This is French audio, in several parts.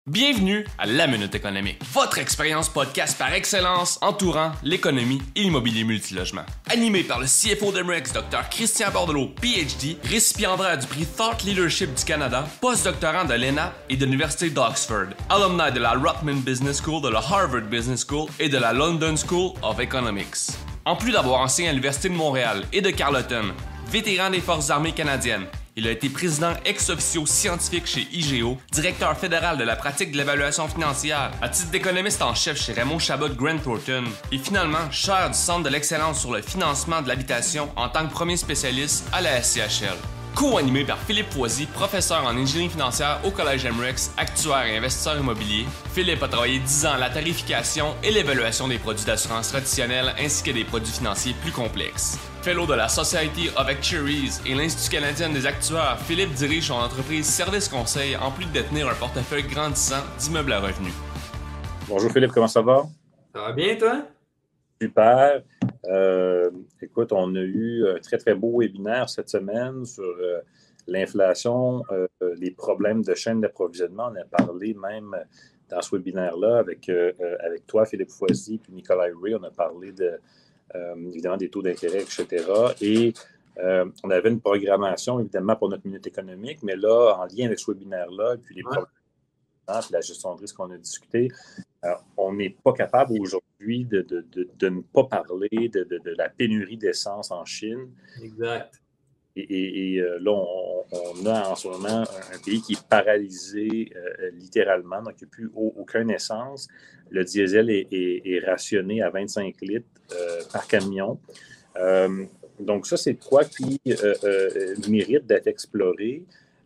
Bienvenue à La Minute Économique, votre expérience podcast par excellence entourant l'économie et l'immobilier multilogement. Animé par le CFO d'Emrex, Dr Christian Bordelot, PhD, récipiendaire du prix Thought Leadership du Canada, postdoctorant de l'ENA et de l'Université d'Oxford, alumni de la Rotman Business School, de la Harvard Business School et de la London School of Economics. En plus d'avoir enseigné à l'Université de Montréal et de Carleton, vétéran des Forces armées canadiennes, il a été président ex-officio scientifique chez IGO, directeur fédéral de la pratique de l'évaluation financière, à titre d'économiste en chef chez Raymond Chabot Grant Thornton, et finalement chaire du Centre de l'excellence sur le financement de l'habitation en tant que premier spécialiste à la SCHL. Co-animé par Philippe Foisy, professeur en ingénierie financière au Collège Emrex, actuaire et investisseur immobilier, Philippe a travaillé 10 ans à la tarification et l'évaluation des produits d'assurance traditionnels ainsi que des produits financiers plus complexes. Fellow de la Society of Actuaries et l'Institut canadien des actuaires, Philippe dirige son entreprise Service Conseil en plus de détenir un portefeuille grandissant d'immeubles à revenus. Bonjour Philippe, comment ça va? Ça va bien, toi? Super. Écoute, on a eu un très, très beau webinaire cette semaine sur l'inflation, les problèmes de chaîne d'approvisionnement. On a parlé même dans ce webinaire-là avec toi, Philippe Foisy, puis Nicolas Ray. On a parlé évidemment des taux d'intérêt, etc. Et on avait une programmation, évidemment, pour notre minute économique, mais là, en lien avec ce webinaire-là, et puis les problèmes, puis la gestion de risque qu'on a discuté, on n'est pas capable aujourd'hui de ne pas parler de la pénurie d'essence en Chine. Exact. Et là, on a en ce moment un pays qui est paralysé littéralement, donc il n'y a plus aucune essence. Le diesel est rationné à 25 litres par camion. Donc ça, c'est quoi qui mérite d'être exploré.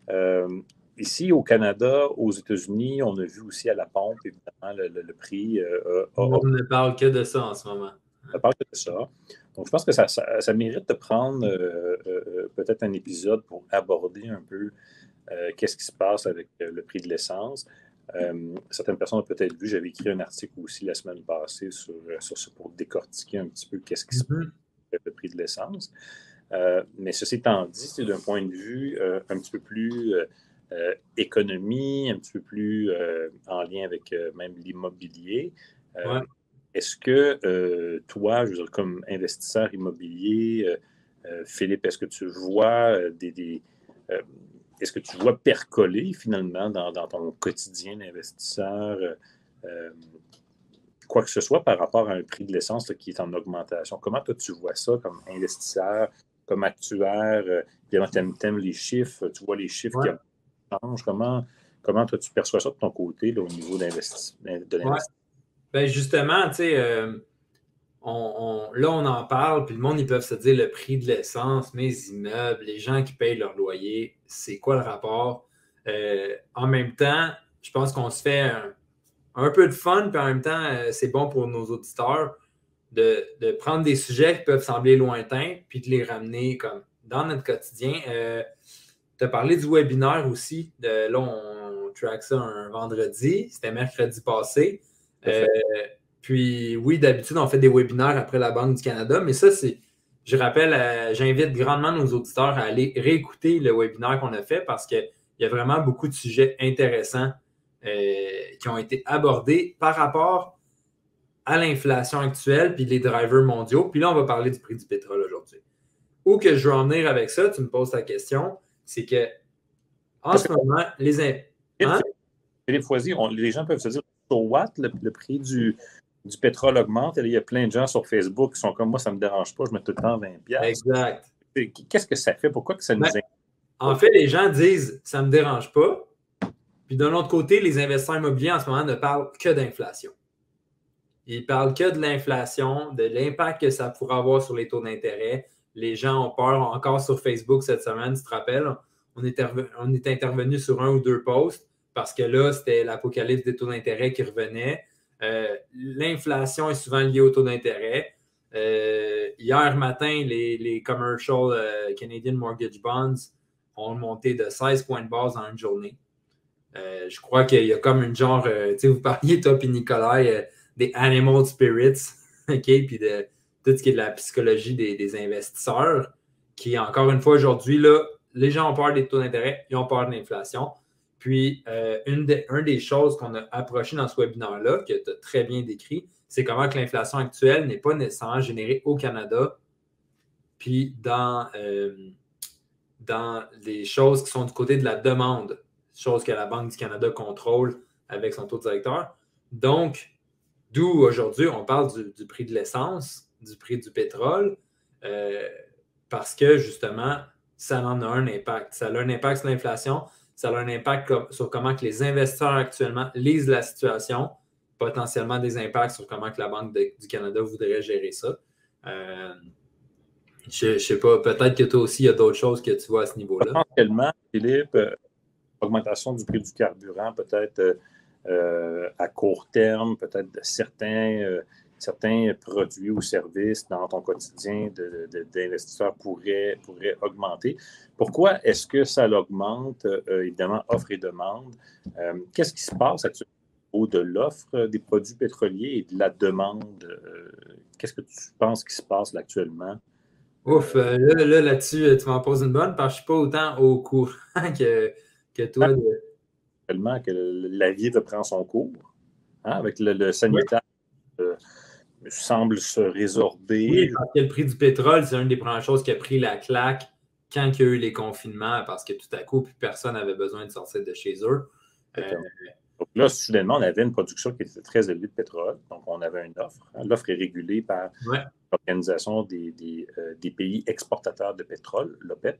Ici, au Canada, aux États-Unis, on a vu aussi à la pompe, évidemment, le prix. On ne parle que de ça en ce moment. On ne parle que de ça. Donc, je pense que ça mérite de prendre peut-être un épisode pour aborder un peu qu'est-ce qui se passe avec le prix de l'essence. Certaines personnes ont peut-être vu, j'avais écrit un article aussi la semaine passée sur ça pour décortiquer un petit peu qu'est-ce qui se passe avec le prix de l'essence. Mais ceci étant dit, c'est d'un point de vue un petit peu plus économie, un petit peu plus en lien avec même l'immobilier. Est-ce que toi, je veux dire, comme investisseur immobilier, Philippe, est-ce que tu vois est-ce que tu vois percoler finalement dans ton quotidien d'investisseur quoi que ce soit par rapport à un prix de l'essence qui est en augmentation? Comment toi tu vois ça comme investisseur, comme actuaire? Évidemment, tu aimes les chiffres, tu vois les chiffres qui changent. Comment toi tu perçois ça de ton côté là, au niveau de l'investissement? Ben justement, tu sais, là, on en parle, puis le monde, ils peuvent se dire le prix de l'essence, mes immeubles, les gens qui payent leur loyer, c'est quoi le rapport? En même temps, je pense qu'on se fait un peu de fun, puis en même temps, c'est bon pour nos auditeurs de prendre des sujets qui peuvent sembler lointains, puis de les ramener comme dans notre quotidien. Tu as parlé du webinaire aussi. Là, on track ça un vendredi. C'était mercredi passé. Puis oui, d'habitude, on fait des webinaires après la Banque du Canada, mais ça, je rappelle, j'invite grandement nos auditeurs à aller réécouter le webinaire qu'on a fait parce qu'il y a vraiment beaucoup de sujets intéressants qui ont été abordés par rapport à l'inflation actuelle puis les drivers mondiaux. Puis là, on va parler du prix du pétrole aujourd'hui. Où que je veux en venir avec ça, tu me poses ta question, c'est que en ce moment, Philippe Foisy, les gens peuvent se dire so what, le prix du pétrole augmente. Et il y a plein de gens sur Facebook qui sont comme moi, ça ne me dérange pas, je mets tout le temps 20$. Exact. Qu'est-ce que ça fait? Pourquoi que ça nous inquiète? En fait, les gens disent ça ne me dérange pas. Puis d'un autre côté, les investisseurs immobiliers en ce moment ne parlent que d'inflation. Ils parlent que de l'inflation, de l'impact que ça pourrait avoir sur les taux d'intérêt. Les gens ont peur. Encore sur Facebook cette semaine, tu te rappelles, on est intervenu sur un ou deux posts parce que là, c'était l'apocalypse des taux d'intérêt qui revenait. L'inflation est souvent liée aux taux d'intérêt. Hier matin, les commercial Canadian Mortgage Bonds ont monté de 16 points de base en une journée. Je crois qu'il y a comme une genre, tu sais, vous parliez, toi et Nicolas, des animal spirits, OK, puis de tout ce qui est de la psychologie des investisseurs, qui, encore une fois, aujourd'hui, là, les gens ont peur des taux d'intérêt, ils ont peur de l'inflation. Puis, un des choses qu'on a approché dans ce webinaire-là, que tu as très bien décrit, c'est comment que l'inflation actuelle n'est pas nécessairement générée au Canada, puis dans les choses qui sont du côté de la demande, choses que la Banque du Canada contrôle avec son taux directeur. Donc, d'où aujourd'hui, on parle du prix de l'essence, du prix du pétrole, parce que justement, ça en a un impact. Ça a un impact sur l'inflation, ça a un impact sur comment que les investisseurs actuellement lisent la situation, potentiellement des impacts sur comment que la Banque du Canada voudrait gérer ça. Je ne sais pas, peut-être que toi aussi, il y a d'autres choses que tu vois à ce niveau-là. Potentiellement, Philippe, augmentation du prix du carburant, peut-être à court terme, peut-être de certains produits ou services dans ton quotidien d'investisseurs pourraient augmenter. Pourquoi est-ce que ça l'augmente? Évidemment, offre et demande. Qu'est-ce qui se passe actuellement au niveau de l'offre des produits pétroliers et de la demande? Qu'est-ce que tu penses qui se passe là, actuellement? Ouf, là-dessus, tu m'en poses une bonne parce que je ne suis pas autant au courant que toi. Actuellement, que la vie reprend son cours, hein, avec le sanitaire semble se résorber. Oui, parce que le prix du pétrole, c'est une des premières choses qui a pris la claque quand il y a eu les confinements, parce que tout à coup, plus personne n'avait besoin de sortir de chez eux. Donc là, soudainement, on avait une production qui était très élevée de pétrole. Donc, on avait une offre. Hein. L'offre est régulée par l'Organisation des pays exportateurs de pétrole, l'OPEP.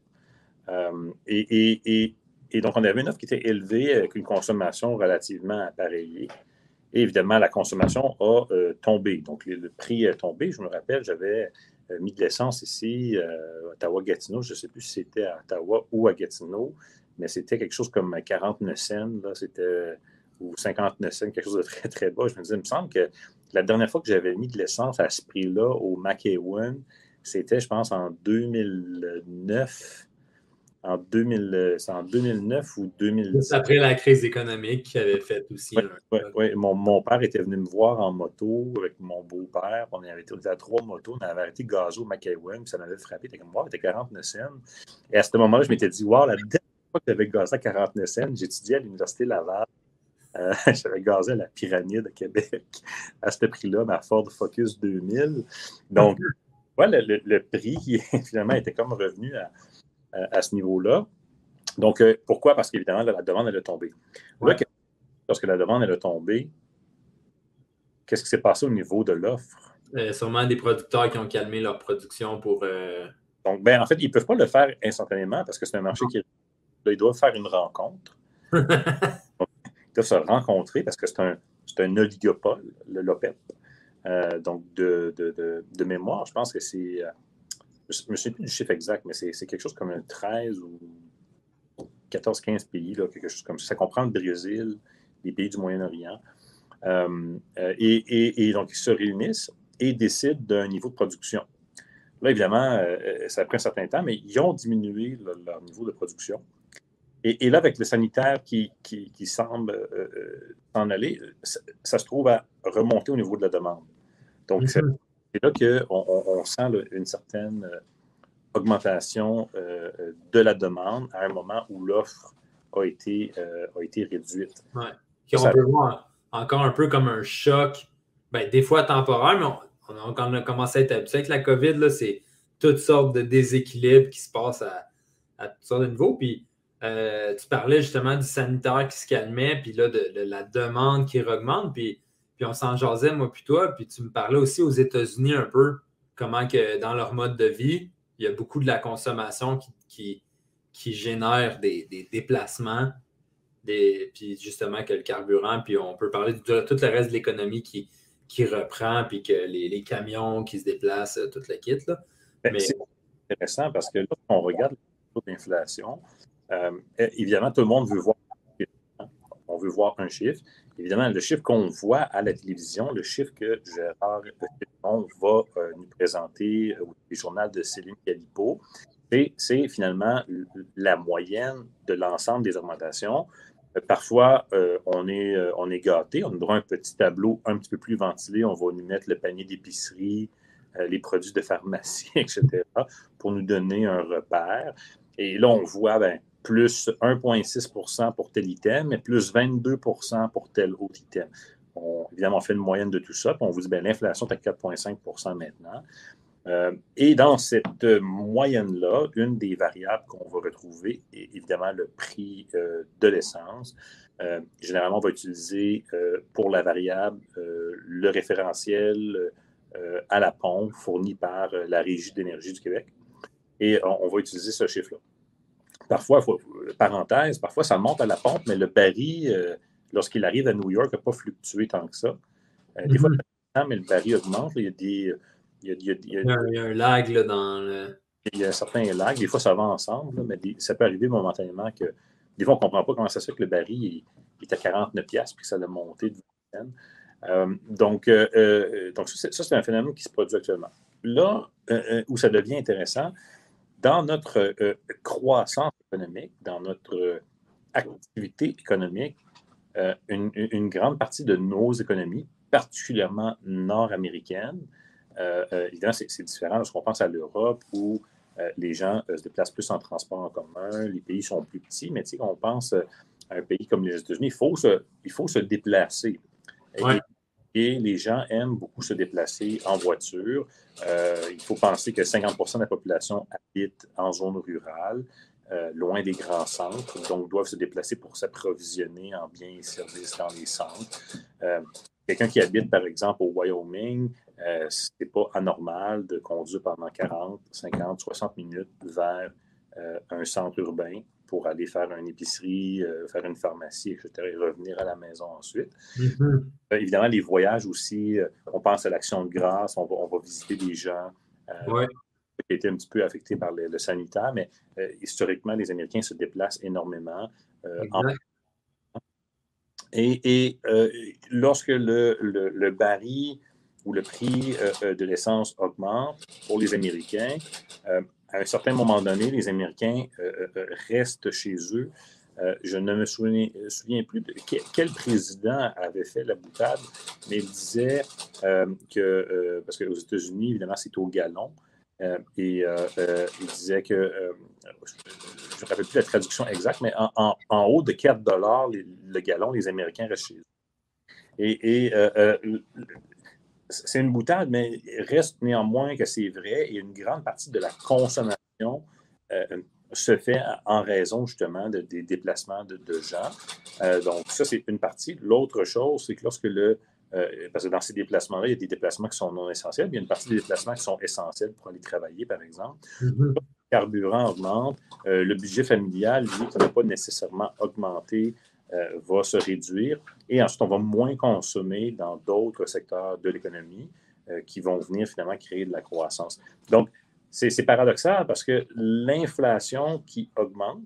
Et donc, on avait une offre qui était élevée avec une consommation relativement appareillée. Et évidemment, la consommation a tombé. Donc, le prix a tombé. Je me rappelle, j'avais mis de l'essence ici, à Ottawa-Gatineau. Je ne sais plus si c'était à Ottawa ou à Gatineau, mais c'était quelque chose comme 49 cents. Là, c'était, ou 59 cents, quelque chose de très, très bas. Je me disais, il me semble que la dernière fois que j'avais mis de l'essence à ce prix-là au McEwen, c'était, je pense, en 2009. C'est en 2009 ou 2010. Après la crise économique qui avait fait aussi. Oui. Mon père était venu me voir en moto avec mon beau-père. On était à 3 motos. On avait arrêté de gazer au McEwen. Ça m'avait frappé. C'était comme, wow, c'était 49 cents. Et à ce moment-là, je m'étais dit, wow, la dernière fois que j'avais gazé à 49 cents, j'étudiais à l'Université Laval. J'avais gazé à la Pyramide à Québec à ce prix-là, ma Ford Focus 2000. Donc, le prix, finalement, était comme revenu à ce niveau-là. Donc, pourquoi? Parce qu'évidemment, la demande, elle a tombé. Là, lorsque la demande, elle a tombé, qu'est-ce qui s'est passé au niveau de l'offre? Sûrement des producteurs qui ont calmé leur production pour... Donc, en fait, ils ne peuvent pas le faire instantanément parce que c'est un marché qui... Là, ils doivent faire une rencontre. Donc, ils doivent se rencontrer parce que c'est un oligopole, l'OPEP. Donc, de mémoire, je pense que c'est... je ne me souviens plus du chiffre exact, mais c'est quelque chose comme un 13 ou 14-15 pays, là, quelque chose comme ça. Ça comprend le Brésil, les pays du Moyen-Orient. Et donc, ils se réunissent et décident d'un niveau de production. Là, évidemment, ça a pris un certain temps, mais ils ont diminué leur niveau de production. Et là, avec le sanitaire qui semble s'en aller, ça se trouve à remonter au niveau de la demande. Donc, c'est là qu'on sent une certaine augmentation de la demande à un moment où l'offre a été réduite. Ouais. On peut voir encore un peu comme un choc, des fois temporaire, mais on a commencé à être habitué avec la COVID, là, c'est toutes sortes de déséquilibres qui se passent à toutes sortes de niveaux. Puis, tu parlais justement du sanitaire qui se calmait, puis là, de la demande qui augmente, puis on s'en jasait, moi puis toi, puis tu me parlais aussi aux États-Unis un peu, comment que dans leur mode de vie, il y a beaucoup de la consommation qui génère des déplacements, puis justement que le carburant, puis on peut parler de tout le reste de l'économie qui reprend, puis que les camions qui se déplacent, toute la kit. Là. Mais... C'est intéressant parce que là, on regarde le taux d'inflation. Évidemment, tout le monde veut voir. On veut voir un chiffre. Évidemment, le chiffre qu'on voit à la télévision, le chiffre que Gérard va nous présenter au journal de Céline Galipo, c'est finalement la moyenne de l'ensemble des augmentations. Parfois, on est gâté. On a droit à un petit tableau un petit peu plus ventilé. On va nous mettre le panier d'épicerie, les produits de pharmacie, etc., pour nous donner un repère. Et là, on voit, plus 1,6% pour tel item et plus 22% pour tel autre item. Évidemment, on fait une moyenne de tout ça, puis on vous dit bien, l'inflation est à 4,5% maintenant. Et dans cette moyenne-là, une des variables qu'on va retrouver est évidemment le prix de l'essence. Généralement, on va utiliser pour la variable le référentiel à la pompe fourni par la Régie d'énergie du Québec. Et on va utiliser ce chiffre-là. Parfois, parenthèse, parfois ça monte à la pompe, mais le baril, lorsqu'il arrive à New York, n'a pas fluctué tant que ça. Des fois, mais le baril augmente. Il y a un lag là, dans le... Il y a certains lags. Des fois, ça va ensemble, là, mais ça peut arriver momentanément que des fois, on ne comprend pas comment ça se fait que le baril est à 49$ puis que ça a monté de 20 donc, ça, c'est un phénomène qui se produit actuellement. Là où ça devient intéressant, dans notre croissance économique, dans notre activité économique, une grande partie de nos économies, particulièrement nord-américaines, évidemment, c'est différent lorsqu'on pense à l'Europe où les gens se déplacent plus en transport en commun, les pays sont plus petits, mais tu sais, on pense à un pays comme les États-Unis, il faut se déplacer. Ouais. Et les gens aiment beaucoup se déplacer en voiture. Il faut penser que 50% de la population habite en zone rurale, loin des grands centres, donc doivent se déplacer pour s'approvisionner en biens et services dans les centres. Quelqu'un qui habite, par exemple, au Wyoming, ce n'est pas anormal de conduire pendant 40, 50, 60 minutes vers un centre urbain pour aller faire une épicerie, faire une pharmacie, etc., et revenir à la maison ensuite. Évidemment, les voyages aussi, on pense à l'Action de grâce, on va visiter des gens qui étaient un petit peu affectés par le sanitaire, mais historiquement, les Américains se déplacent énormément. Et lorsque le baril ou le prix de l'essence augmente pour les Américains, à un certain moment donné, les Américains restent chez eux. Je ne me souviens plus de quel président avait fait la boutade, mais il disait que, parce qu'aux États-Unis, évidemment, c'est au gallon, il disait que, je ne me rappelle plus la traduction exacte, mais en haut de 4$ le gallon, les Américains restent chez eux. Et c'est une boutade, mais il reste néanmoins que c'est vrai et une grande partie de la consommation se fait en raison justement des déplacements de gens. Donc ça, c'est une partie. L'autre chose, c'est que lorsque parce que dans ces déplacements-là, il y a des déplacements qui sont non essentiels, mais il y a une partie des déplacements qui sont essentiels pour aller travailler, par exemple. Le carburant augmente. Le budget familial, lui, qui n'a pas nécessairement augmenté, va se réduire. Et ensuite, on va moins consommer dans d'autres secteurs de l'économie qui vont venir finalement créer de la croissance. Donc, c'est paradoxal parce que l'inflation qui augmente,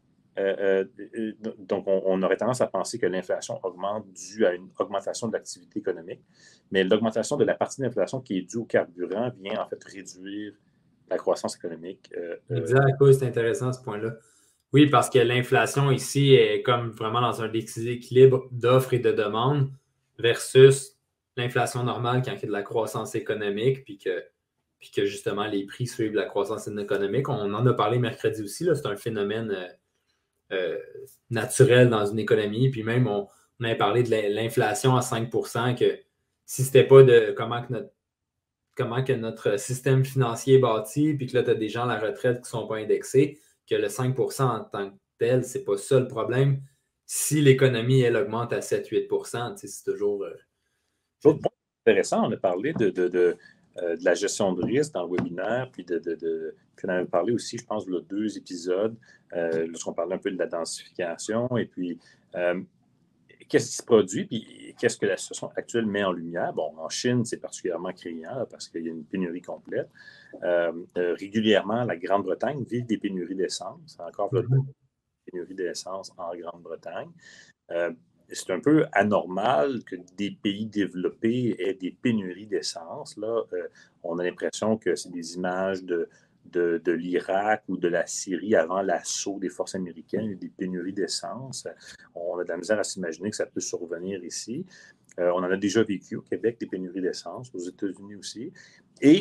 donc on aurait tendance à penser que l'inflation augmente due à une augmentation de l'activité économique, mais l'augmentation de la partie de l'inflation qui est due au carburant vient en fait réduire la croissance économique. Exact, oui, c'est intéressant ce point-là. Oui, parce que l'inflation ici est comme vraiment dans un déséquilibre d'offres et de demandes versus l'inflation normale quand il y a de la croissance économique puis que justement les prix suivent la croissance économique. On en a parlé mercredi aussi, là, c'est un phénomène naturel dans une économie. Puis même, on avait parlé de l'inflation à 5%, que si ce n'était pas de comment que notre système financier est bâti, puis que là, tu as des gens à la retraite qui ne sont pas indexés, que le 5% en tant que tel, ce n'est pas ça le problème. Si l'économie, elle, augmente à 7-8%, c'est toujours... L'autre point intéressant, on a parlé de la gestion de risque dans le webinaire, puis on avait parlé aussi, je pense, de 2 épisodes, lorsqu'on parlait un peu de la densification, et puis qu'est-ce qui se produit, puis qu'est-ce que la situation actuelle met en lumière. Bon, en Chine, c'est particulièrement criant là, parce qu'il y a une pénurie complète. Régulièrement, la Grande-Bretagne vit des pénuries d'essence, encore une pénurie d'essence en Grande-Bretagne. C'est un peu anormal que des pays développés aient des pénuries d'essence. Là, on a l'impression que c'est des images de l'Irak ou de la Syrie avant l'assaut des forces américaines, des pénuries d'essence. On a de la misère à s'imaginer que ça peut survenir ici. On en a déjà vécu au Québec, des pénuries d'essence, aux États-Unis aussi. Et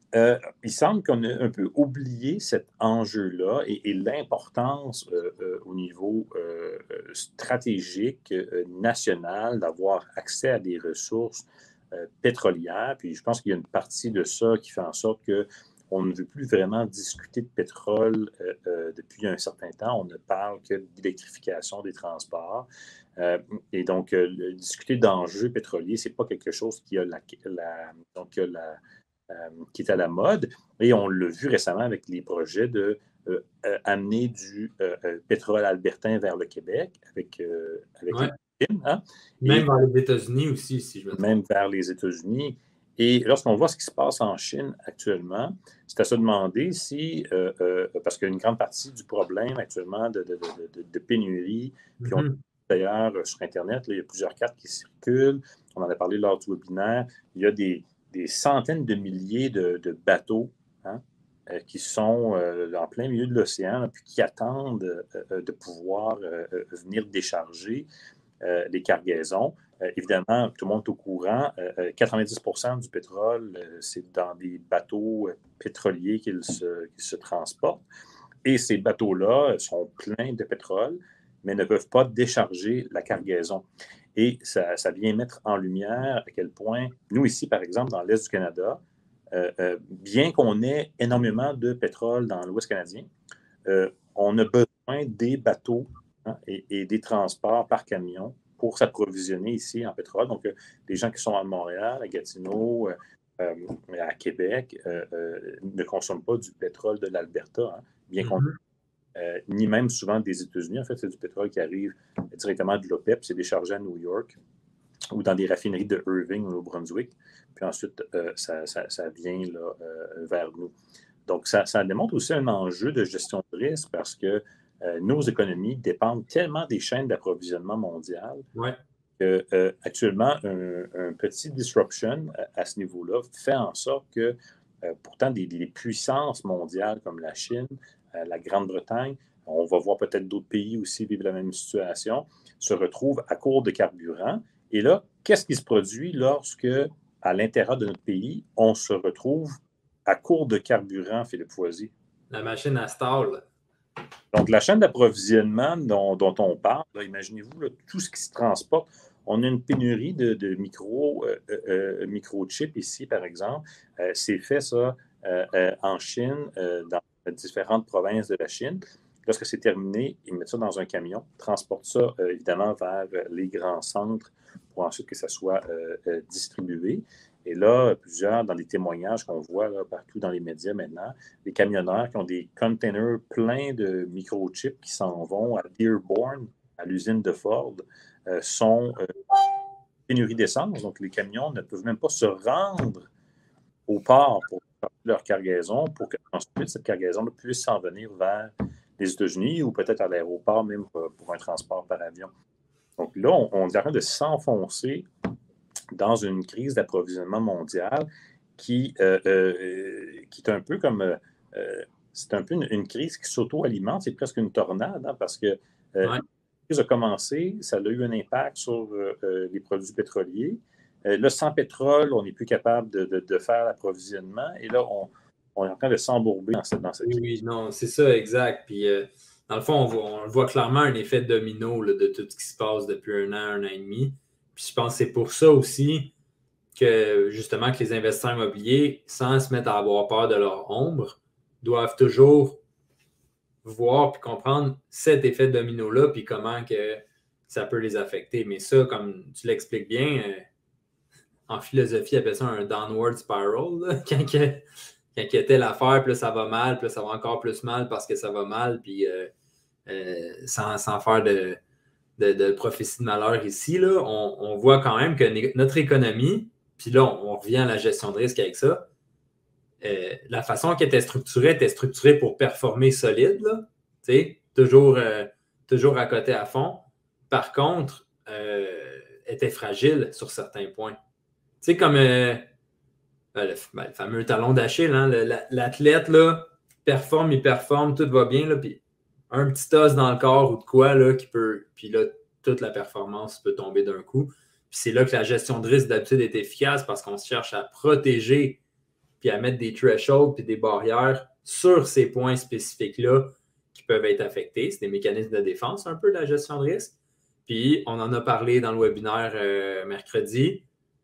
il semble qu'on a un peu oublié cet enjeu-là et l'importance au niveau stratégique national d'avoir accès à des ressources pétrolières. Puis je pense qu'il y a une partie de ça qui fait en sorte qu'on ne veut plus vraiment discuter de pétrole depuis un certain temps. On ne parle que d'électrification des transports. Et donc, discuter d'enjeux pétroliers, ce n'est pas quelque chose qui qui est à la mode. Et on l'a vu récemment avec les projets de amener du pétrole albertain vers le Québec avec les mines. Hein? Même vers les États-Unis aussi, si je me trompe. Même vers les États-Unis. Et lorsqu'on voit ce qui se passe en Chine actuellement, c'est à se demander si, parce qu'il y a une grande partie du problème actuellement de pénurie, puis d'ailleurs, sur Internet, là, il y a plusieurs cartes qui circulent. On en a parlé lors du webinaire. Il y a des centaines de milliers de bateaux qui sont en plein milieu de l'océan, puis qui attendent de pouvoir venir décharger les cargaisons. Évidemment, tout le monde est au courant, 90% du pétrole, c'est dans des bateaux pétroliers qu'ils se transportent. Et ces bateaux-là sont pleins de pétrole, mais ne peuvent pas décharger la cargaison. Et ça vient mettre en lumière à quel point, nous ici, par exemple, dans l'Est du Canada, bien qu'on ait énormément de pétrole dans l'Ouest canadien, on a besoin des bateaux et des transports par camion pour s'approvisionner ici en pétrole. Donc, les gens qui sont à Montréal, à Gatineau, à Québec, ne consomment pas du pétrole de l'Alberta, bien qu'on ni même souvent des États-Unis. En fait, c'est du pétrole qui arrive directement de l'OPEP, c'est déchargé à New York ou dans des raffineries de Irving au Nouveau-Brunswick. Puis ensuite, ça vient là, vers nous. Donc, ça démontre aussi un enjeu de gestion de risque parce que nos économies dépendent tellement des chaînes d'approvisionnement mondiales que actuellement, un petit disruption à ce niveau-là fait en sorte que pourtant des puissances mondiales comme la Chine, la Grande-Bretagne, on va voir peut-être d'autres pays aussi vivre la même situation, se retrouvent à court de carburant. Et là, qu'est-ce qui se produit lorsque, à l'intérieur de notre pays, on se retrouve à court de carburant, Philippe Foisy? La machine à stall. Donc, la chaîne d'approvisionnement dont on parle, là, imaginez-vous, là, tout ce qui se transporte, on a une pénurie de microchips ici, par exemple. C'est fait, ça, en Chine, dans différentes provinces de la Chine. Lorsque c'est terminé, ils mettent ça dans un camion, transportent ça, évidemment, vers les grands centres pour ensuite que ça soit distribué. Et là, plusieurs, dans les témoignages qu'on voit là, partout dans les médias maintenant, des camionneurs qui ont des containers pleins de microchips qui s'en vont à Dearborn, à l'usine de Ford, sont pénurie d'essence. Donc, les camions ne peuvent même pas se rendre au port pour faire leur cargaison, pour qu'ensuite cette cargaison puisse s'en venir vers les États-Unis ou peut-être à l'aéroport, même pour un transport par avion. Donc là, on est en train de s'enfoncer dans une crise d'approvisionnement mondial qui est un peu comme... c'est un peu une crise qui s'auto-alimente, c'est presque une tornade, hein, parce que la crise a commencé, ça a eu un impact sur les produits pétroliers. Là, sans pétrole, on n'est plus capable de faire l'approvisionnement, et là, on est en train de s'embourber dans cette crise. Oui, non, c'est ça, exact. Puis, dans le fond, on voit clairement un effet domino là, de tout ce qui se passe depuis un an et demi. Puis je pense que c'est pour ça aussi que, justement, que les investisseurs immobiliers, sans se mettre à avoir peur de leur ombre, doivent toujours voir puis comprendre cet effet domino-là puis comment que ça peut les affecter. Mais ça, comme tu l'expliques bien, en philosophie, on appelle ça un downward spiral. Là, quand il y a telle affaire, puis là, ça va mal, puis là, ça va encore plus mal parce que ça va mal, puis sans faire de prophétie de malheur ici, là, on voit quand même que notre économie, puis là, on revient à la gestion de risque avec ça, la façon qu'elle était structurée pour performer solide, là, toujours à côté à fond. Par contre, était fragile sur certains points. Tu sais, comme le fameux talon d'Achille, hein, l'athlète, là, il performe, tout va bien, là, puis un petit os dans le corps ou de quoi, là, qui peut, puis là, toute la performance peut tomber d'un coup. Puis c'est là que la gestion de risque, d'habitude, est efficace parce qu'on se cherche à protéger puis à mettre des thresholds puis des barrières sur ces points spécifiques-là qui peuvent être affectés. C'est des mécanismes de défense un peu de la gestion de risque. Puis, on en a parlé dans le webinaire mercredi.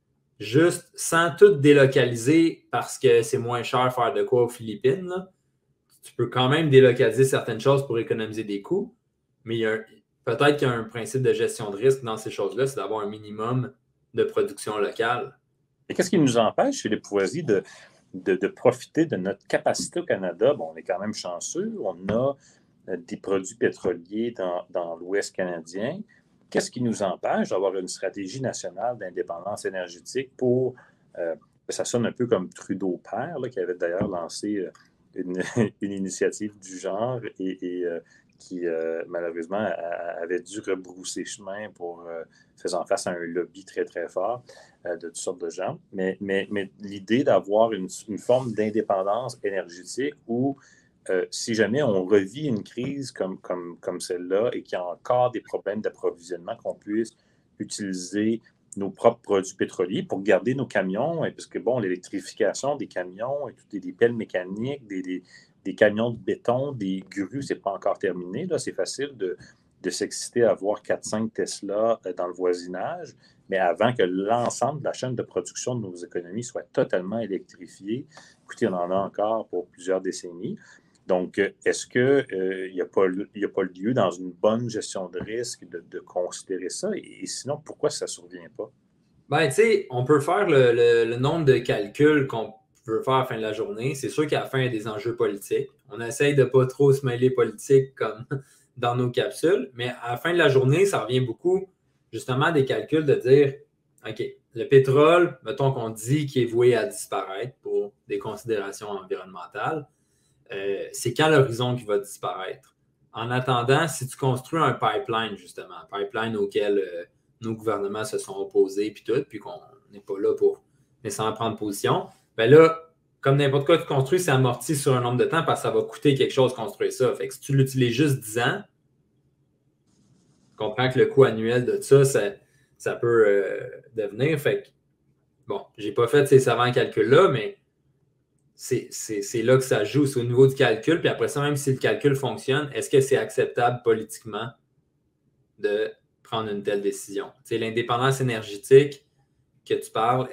Juste sans tout délocaliser parce que c'est moins cher faire de quoi aux Philippines, là, tu peux quand même délocaliser certaines choses pour économiser des coûts, mais peut-être qu'il y a un principe de gestion de risque dans ces choses-là, c'est d'avoir un minimum de production locale. Et qu'est-ce qui nous empêche, Philippe Poisy, de profiter de notre capacité au Canada? Bon, on est quand même chanceux, on a des produits pétroliers dans l'Ouest canadien. Qu'est-ce qui nous empêche d'avoir une stratégie nationale d'indépendance énergétique pour... ça sonne un peu comme Trudeau père, là, qui avait d'ailleurs lancé une initiative du genre et qui, malheureusement, avait dû rebrousser chemin pour faisant face à un lobby très, très fort de toutes sortes de gens. Mais l'idée d'avoir une forme d'indépendance énergétique où si jamais on revit une crise comme celle-là et qu'il y a encore des problèmes d'approvisionnement, qu'on puisse utiliser nos propres produits pétroliers pour garder nos camions, parce que, bon, l'électrification des camions et toutes des pelles mécaniques, des camions de béton, des grues, c'est pas encore terminé. Là, c'est facile de s'exciter à voir 4-5 Tesla dans le voisinage, mais avant que l'ensemble de la chaîne de production de nos économies soit totalement électrifiée, écoutez, on en a encore pour plusieurs décennies. Donc, est-ce qu'il n'y a pas lieu dans une bonne gestion de risque de considérer ça? Et sinon, pourquoi ça ne survient pas? Ben, tu sais, on peut faire le nombre de calculs qu'on veut faire à la fin de la journée. C'est sûr qu'à la fin, il y a des enjeux politiques. On essaye de ne pas trop se mêler politique comme dans nos capsules, mais à la fin de la journée, ça revient beaucoup justement des calculs de dire, OK, le pétrole, mettons qu'on dit qu'il est voué à disparaître pour des considérations environnementales. C'est quand l'horizon qui va disparaître. En attendant, si tu construis un pipeline, justement, un pipeline auquel nos gouvernements se sont opposés, puis qu'on n'est pas là pour nécessairement prendre position, bien là, comme n'importe quoi que tu construis, c'est amorti sur un nombre de temps parce que ça va coûter quelque chose de construire ça. Fait que si tu l'utilises juste 10 ans, tu comprends que le coût annuel de ça peut devenir. Fait que, bon, j'ai pas fait ces savants calculs-là, mais c'est là que ça joue, c'est au niveau du calcul. Puis après ça, même si le calcul fonctionne, est-ce que c'est acceptable politiquement de prendre une telle décision? Tu sais, l'indépendance énergétique que tu parles,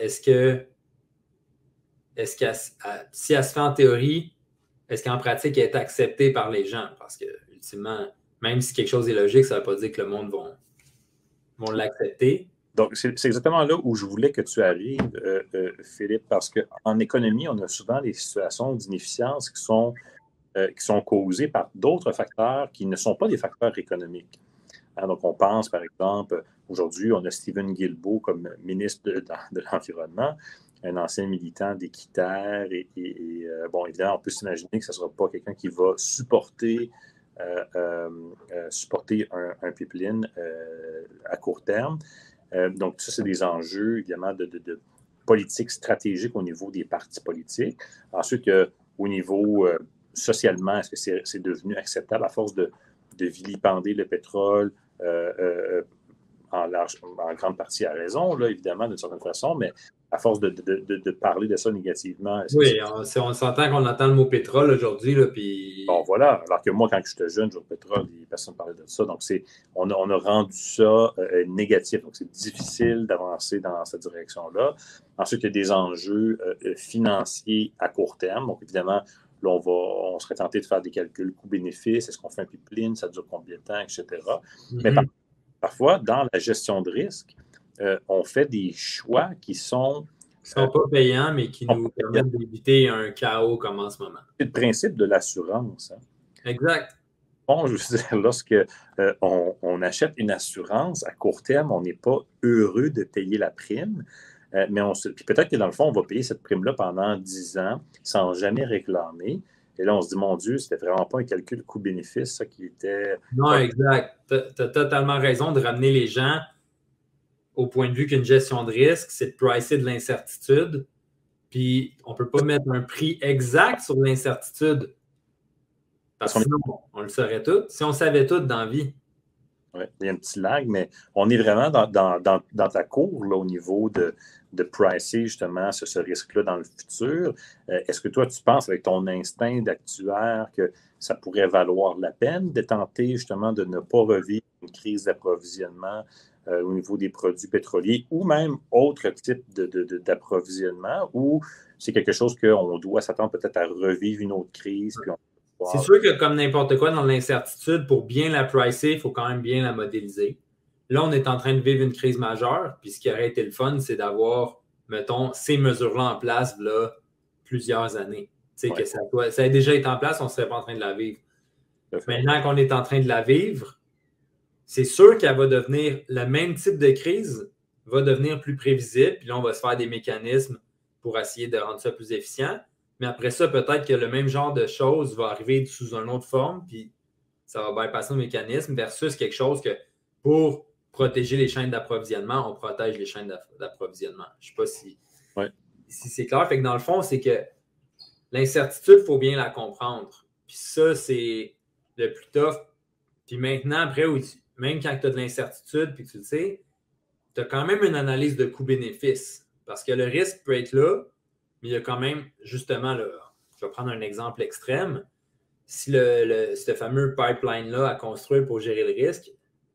si elle se fait en théorie, est-ce qu'en pratique, elle est acceptée par les gens? Parce que, ultimement, même si quelque chose est logique, ça ne veut pas dire que le monde vont l'accepter. Donc, c'est exactement là où je voulais que tu arrives, Philippe, parce qu'en économie, on a souvent des situations d'inefficience qui sont causées par d'autres facteurs qui ne sont pas des facteurs économiques. Hein, donc, on pense, par exemple, aujourd'hui, on a Stephen Guilbeault comme ministre de l'Environnement, un ancien militant d'Équiterre, et bon, évidemment, on peut s'imaginer que ce ne sera pas quelqu'un qui va supporter un pipeline à court terme. Donc, ça, c'est des enjeux, évidemment, de politique stratégique au niveau des partis politiques. Ensuite, au niveau socialement, est-ce que c'est devenu acceptable à force de vilipender le pétrole en grande partie à raison, là, évidemment, d'une certaine façon, mais à force de parler de ça négativement. Oui, on s'entend qu'on entend le mot pétrole aujourd'hui, là, puis... Bon, voilà. Alors que moi, quand j'étais jeune, je jouais au pétrole, personne ne parlait de ça. Donc, on a rendu ça négatif. Donc, c'est difficile d'avancer dans cette direction-là. Ensuite, il y a des enjeux financiers à court terme. Donc, évidemment, là, on serait tenté de faire des calculs coût-bénéfice. Est-ce qu'on fait un pipeline? Ça dure combien de temps, etc. Mais parfois, dans la gestion de risque, on fait des choix qui sont pas payants, mais qui nous permettent d'éviter un chaos comme en ce moment. C'est le principe de l'assurance. Hein. Exact. Bon, je veux dire, lorsque on achète une assurance à court terme, on n'est pas heureux de payer la prime, mais puis peut-être que dans le fond, on va payer cette prime-là pendant 10 ans sans jamais réclamer. Et là, on se dit, mon Dieu, c'était vraiment pas un calcul coût-bénéfice, ça qui était... Non, exact. Tu as totalement raison de ramener les gens au point de vue qu'une gestion de risque, c'est de pricer de l'incertitude. Puis, on ne peut pas mettre un prix exact sur l'incertitude. Parce que sinon, on le saurait tout. Si on savait tout dans la vie, Ouais, il y a un petit lag, mais on est vraiment dans ta cour là, au niveau de pricer justement ce risque-là dans le futur. Est-ce que toi, tu penses avec ton instinct d'actuaire que ça pourrait valoir la peine de tenter justement de ne pas revivre une crise d'approvisionnement au niveau des produits pétroliers ou même autre type d'approvisionnement, ou c'est quelque chose qu'on doit s'attendre peut-être à revivre une autre crise, puis c'est sûr que comme n'importe quoi dans l'incertitude, pour bien la pricer, il faut quand même bien la modéliser. Là, on est en train de vivre une crise majeure, puis ce qui aurait été le fun, c'est d'avoir, mettons, ces mesures-là en place là, plusieurs années. Tu sais, que ça a déjà été en place, on ne serait pas en train de la vivre. Maintenant qu'on est en train de la vivre, c'est sûr qu'elle va devenir, le même type de crise va devenir plus prévisible, puis là, on va se faire des mécanismes pour essayer de rendre ça plus efficient. Mais après ça, peut-être que le même genre de choses va arriver sous une autre forme, puis ça va bypasser nos mécanismes versus quelque chose que pour protéger les chaînes d'approvisionnement, on protège les chaînes d'approvisionnement. Je ne sais pas si c'est clair. Fait que dans le fond, c'est que l'incertitude, il faut bien la comprendre. Puis ça, c'est le plus tough. Puis maintenant, après, même quand tu as de l'incertitude, puis tu le sais, tu as quand même une analyse de coût-bénéfice. Parce que le risque peut être là, mais il y a quand même, justement, là, je vais prendre un exemple extrême. Si ce fameux pipeline-là à construire pour gérer le risque,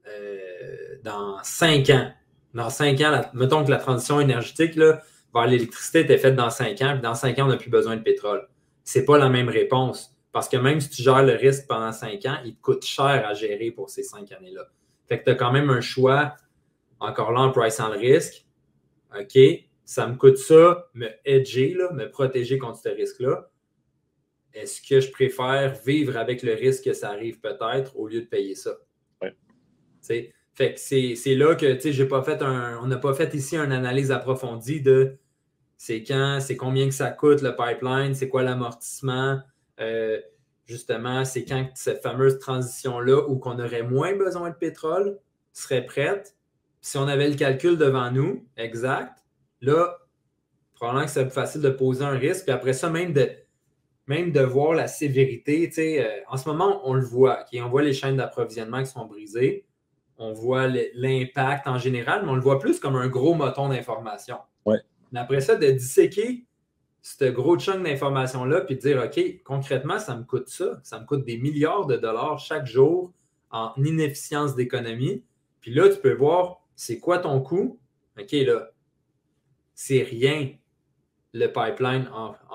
dans 5 ans, mettons que la transition énergétique là, vers l'électricité était faite dans 5 ans, puis dans 5 ans, on n'a plus besoin de pétrole. Ce n'est pas la même réponse. Parce que même si tu gères le risque pendant 5 ans, il te coûte cher à gérer pour ces 5 années-là. Fait que tu as quand même un choix, encore là, en pricant le risque. OK, ça me coûte ça, me hedger, là, me protéger contre ce risque-là. Est-ce que je préfère vivre avec le risque que ça arrive peut-être au lieu de payer ça? Oui. Fait que c'est là que on n'a pas fait ici une analyse approfondie de c'est quand, c'est combien que ça coûte le pipeline, c'est quoi l'amortissement, justement, c'est quand cette fameuse transition-là où qu'on aurait moins besoin de pétrole serait prête. Si on avait le calcul devant nous, exact, là, probablement que c'est plus facile de poser un risque. Puis après ça, même de voir la sévérité. En ce moment, on le voit. Okay? On voit les chaînes d'approvisionnement qui sont brisées. On voit l'impact en général, mais on le voit plus comme un gros moton d'information. Ouais. Mais après ça, de disséquer ce gros chunk d'informations-là puis de dire, OK, concrètement, ça me coûte ça. Ça me coûte des milliards de dollars chaque jour en inefficience d'économie. Puis là, tu peux voir, c'est quoi ton coût? OK, là, c'est rien le pipeline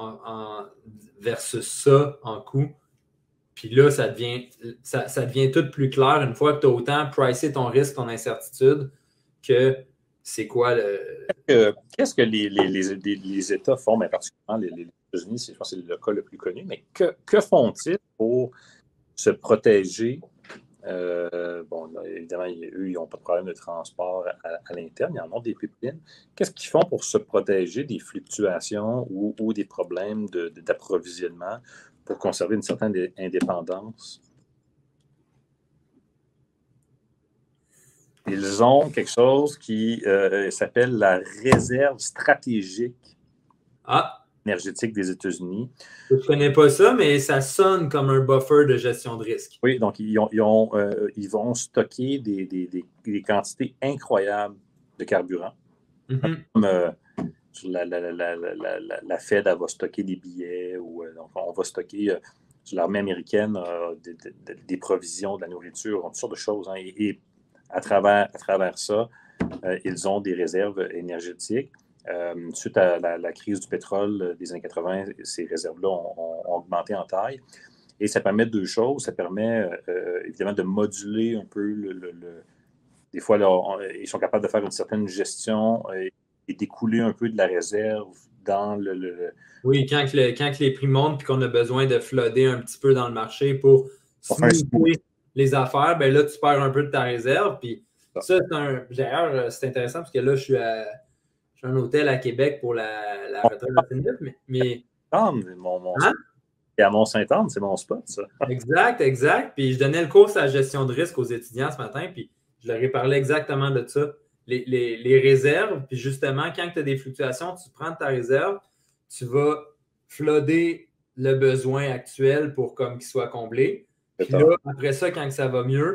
versus ça en coût. Puis là, ça devient tout plus clair une fois que tu as autant pricé ton risque, ton incertitude, que c'est quoi le... Qu'est-ce que les États font, mais particulièrement les États-Unis, je pense que c'est le cas le plus connu, mais que font-ils pour se protéger? Évidemment, eux, ils n'ont pas de problème de transport à l'interne, ils en ont des pipelines. Qu'est-ce qu'ils font pour se protéger des fluctuations ou des problèmes d'approvisionnement pour conserver une certaine indépendance? Ils ont quelque chose qui s'appelle la réserve stratégique énergétique des États-Unis. Je ne connais pas ça, mais ça sonne comme un buffer de gestion de risque. Oui, donc ils vont stocker des quantités incroyables de carburant. Mm-hmm. Comme la Fed, elle va stocker des billets, ou donc on va stocker, l'armée américaine des provisions, de la nourriture, toutes sortes de choses. Hein, et à travers ça, ils ont des réserves énergétiques. Suite à la crise du pétrole des années 80, ces réserves-là ont augmenté en taille. Et ça permet deux choses. Ça permet évidemment de moduler un peu des fois, là, ils sont capables de faire une certaine gestion et d'écouler un peu de la réserve dans Oui, quand les prix montent et qu'on a besoin de flooder un petit peu dans le marché pour smoother les affaires, ben là, tu perds un peu de ta réserve. Puis ça, d'ailleurs, c'est intéressant parce que là, je suis à un hôtel à Québec pour la retraite définitive, mais... Et à Mont-Saint-Anne, c'est mon spot, ça. Exact. Puis je donnais le cours à la gestion de risque aux étudiants ce matin, puis je leur ai parlé exactement de ça. Les réserves, puis justement, quand tu as des fluctuations, tu prends ta réserve, tu vas flooder le besoin actuel pour comme qu'il soit comblé. Puis là, après ça, quand ça va mieux,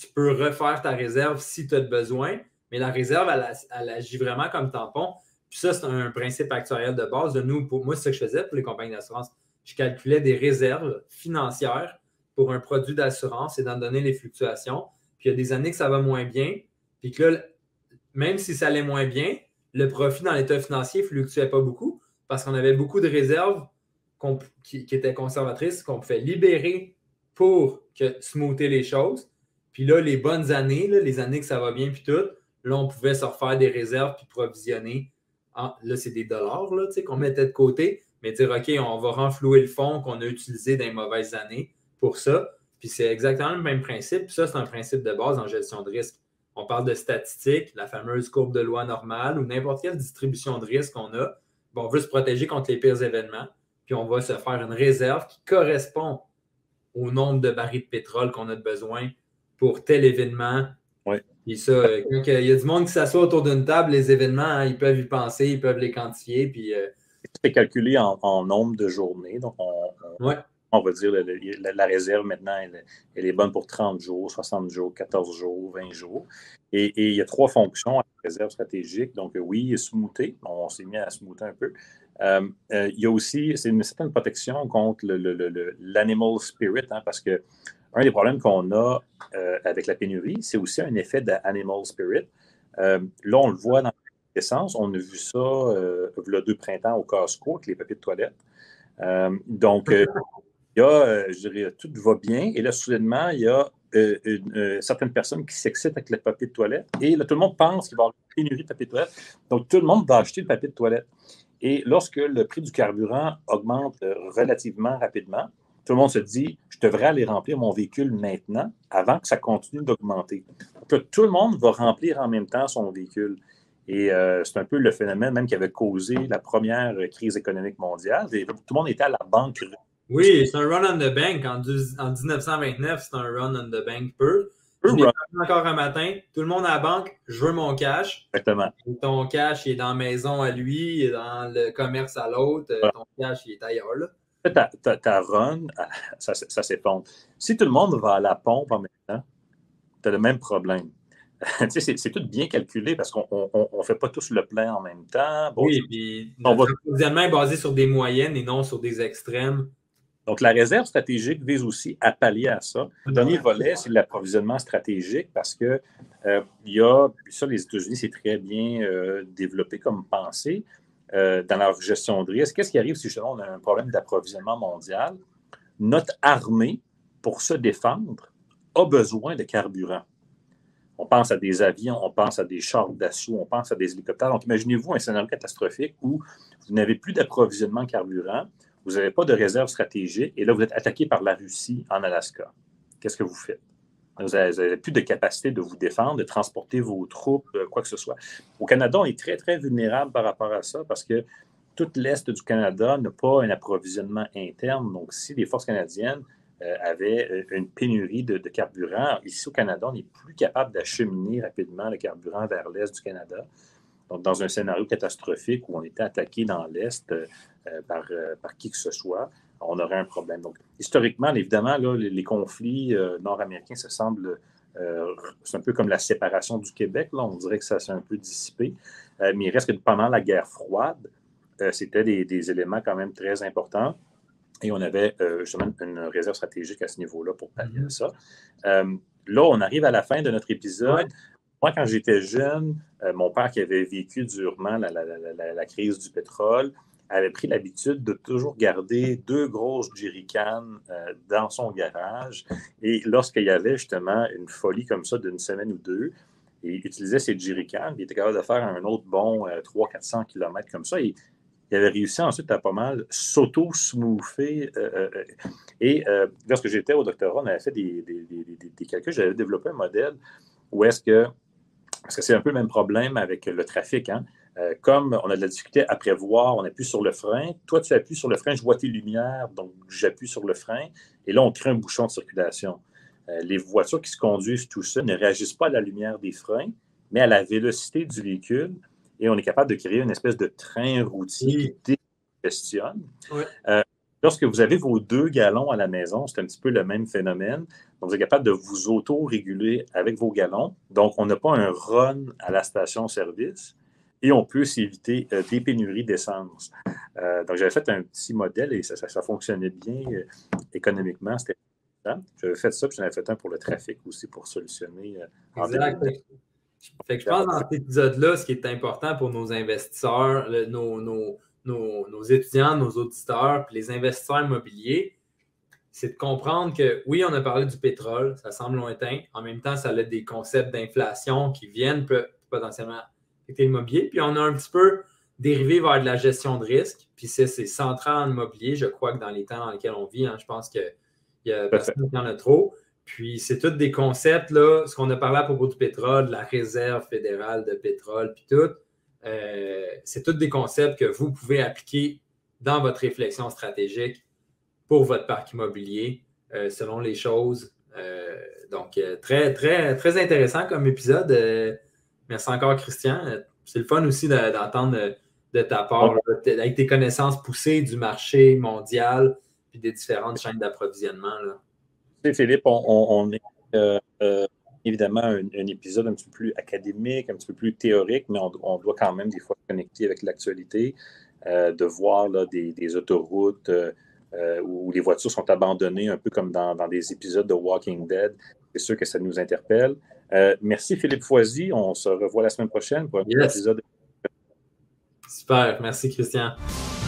tu peux refaire ta réserve si tu as besoin, mais la réserve, elle agit vraiment comme tampon. Puis ça, c'est un principe actuariel de base de nous. Moi, c'est ce que je faisais pour les compagnies d'assurance. Je calculais des réserves financières pour un produit d'assurance et d'en donner les fluctuations. Puis il y a des années que ça va moins bien, puis que là, même si ça allait moins bien, le profit dans l'état financier ne fluctuait pas beaucoup parce qu'on avait beaucoup de réserves qui étaient conservatrices, qu'on pouvait libérer pour smoother les choses. Puis là, les bonnes années, là, les années que ça va bien, puis tout, là, on pouvait se refaire des réserves puis provisionner. Là, c'est des dollars là, qu'on mettait de côté, mais dire, OK, on va renflouer le fonds qu'on a utilisé dans les mauvaises années pour ça. Puis c'est exactement le même principe. Puis ça, c'est un principe de base en gestion de risque. On parle de statistiques, la fameuse courbe de loi normale ou n'importe quelle distribution de risque qu'on a. Bon, on veut se protéger contre les pires événements, puis on va se faire une réserve qui correspond au nombre de barils de pétrole qu'on a de besoin pour tel événement. Oui. Puis ça, quand il y a du monde qui s'assoit autour d'une table, les événements, hein, ils peuvent y penser, ils peuvent les quantifier. Puis, c'est calculé en nombre de journées. Donc, on va dire la réserve maintenant, elle est bonne pour 30 jours, 60 jours, 14 jours, 20 jours. Et il y a 3 fonctions à la réserve stratégique. Donc, oui, smoother. On s'est mis à smoother un peu. Il y a aussi, c'est une certaine protection contre l'animal spirit, hein, parce que un des problèmes qu'on a avec la pénurie, c'est aussi un effet d'animal spirit. Là, on le voit dans l'essence. On a vu ça il y a 2 printemps au Costco avec les papiers de toilette. Donc, il y a, je dirais, tout va bien. Et là, soudainement, il y a certaines personnes qui s'excitent avec le papier de toilette. Et là, tout le monde pense qu'il va y avoir une pénurie de papier de toilette. Donc, tout le monde va acheter le papier de toilette. Et lorsque le prix du carburant augmente relativement rapidement, tout le monde se dit, je devrais aller remplir mon véhicule maintenant avant que ça continue d'augmenter. Donc, tout le monde va remplir en même temps son véhicule. Et c'est un peu le phénomène même qui avait causé la première crise économique mondiale. Et tout le monde était à la banque. Oui, c'est un run on the bank. En 1929, c'est un run on the bank peu. Je n'ai pas encore un matin. Tout le monde à la banque, je veux mon cash. Exactement. Et ton cash, il est dans la maison à lui, il est dans le commerce à l'autre. Voilà. Ton cash, il est ailleurs. Là. Ta run, ça s'effondre. Si tout le monde va à la pompe en même temps, tu as le même problème. C'est tout bien calculé parce qu'on ne fait pas tous le plein en même temps. Bon, oui, puis notre approvisionnement est basé sur des moyennes et non sur des extrêmes. Donc, la réserve stratégique vise aussi à pallier à ça. Le dernier volet, c'est l'approvisionnement stratégique parce que il y a, ça, les États-Unis, c'est très bien développé comme pensée dans leur gestion de risque. Qu'est-ce qui arrive si justement on a un problème d'approvisionnement mondial? Notre armée, pour se défendre, a besoin de carburant. On pense à des avions, on pense à des chars d'assaut, on pense à des hélicoptères. Donc, imaginez-vous un scénario catastrophique où vous n'avez plus d'approvisionnement carburant, vous n'avez pas de réserve stratégique, et là, vous êtes attaqué par la Russie en Alaska. Qu'est-ce que vous faites? Vous n'avez plus de capacité de vous défendre, de transporter vos troupes, quoi que ce soit. Au Canada, on est très, très vulnérable par rapport à ça parce que tout l'Est du Canada n'a pas un approvisionnement interne. Donc, si les forces canadiennes avaient une pénurie de carburant, ici au Canada, on n'est plus capable d'acheminer rapidement le carburant vers l'Est du Canada. Donc, dans un scénario catastrophique où on était attaqué dans l'Est par qui que ce soit, on aurait un problème. Donc, historiquement, évidemment, là, les conflits nord-américains, ça semble, c'est un peu comme la séparation du Québec. Là, on dirait que ça s'est un peu dissipé. Mais il reste que pendant la guerre froide, c'était des éléments quand même très importants. Et on avait justement une réserve stratégique à ce niveau-là pour pallier à ça. Là, on arrive à la fin de notre épisode. Ouais. Moi, quand j'étais jeune, mon père qui avait vécu durement la crise du pétrole avait pris l'habitude de toujours garder 2 grosses jerrycans dans son garage. Et lorsqu'il y avait justement une folie comme ça d'une semaine ou 2, il utilisait ces jerrycans. Il était capable de faire un autre bon 300-400 km comme ça. Et il avait réussi ensuite à pas mal s'auto-smoother. Et lorsque j'étais au doctorat, on avait fait des calculs. J'avais développé un modèle où est-ce que, parce que c'est un peu le même problème avec le trafic, hein? Comme on a de la difficulté à prévoir, on appuie sur le frein. Toi, tu appuies sur le frein, je vois tes lumières, donc j'appuie sur le frein. Et là, on crée un bouchon de circulation. Les voitures qui se conduisent tout seules ne réagissent pas à la lumière des freins, mais à la vélocité du véhicule. Et on est capable de créer une espèce de train routier qui décongestionne. Ouais. Lorsque vous avez vos 2 gallons à la maison, c'est un petit peu le même phénomène. Donc, vous êtes capable de vous auto-réguler avec vos gallons. Donc, on n'a pas un run à la station-service et on peut s'éviter des pénuries d'essence. Donc, j'avais fait un petit modèle et ça fonctionnait bien économiquement. C'était intéressant. J'avais fait ça, puis j'en avais fait un pour le trafic aussi pour solutionner. Exact. Fait que je pense que dans cet épisode-là, ce qui est important pour nos investisseurs, nos étudiants, nos auditeurs, puis les investisseurs immobiliers, c'est de comprendre que oui, on a parlé du pétrole, ça semble lointain. En même temps, ça a des concepts d'inflation qui viennent potentiellement affecter l'immobilier. Puis on a un petit peu dérivé vers de la gestion de risque. Puis c'est central en immobilier. Je crois que dans les temps dans lesquels on vit, je pense qu'il y a personne qui en a trop. Puis c'est tous des concepts, là, ce qu'on a parlé à propos du pétrole, la réserve fédérale de pétrole, puis tout. C'est tous des concepts que vous pouvez appliquer dans votre réflexion stratégique pour votre parc immobilier, selon les choses. Donc, très, très, très intéressant comme épisode. Merci encore, Christian. C'est le fun aussi d'entendre de ta part, là, avec tes connaissances poussées du marché mondial puis des différentes chaînes d'approvisionnement. Philippe, on est évidemment un épisode un petit peu plus académique, un petit peu plus théorique, mais on doit quand même des fois se connecter avec l'actualité, de voir là, des autoroutes où les voitures sont abandonnées, un peu comme dans des épisodes de Walking Dead. C'est sûr que ça nous interpelle. Merci Philippe Foisy. On se revoit la semaine prochaine pour un épisode. Super. Merci Christian.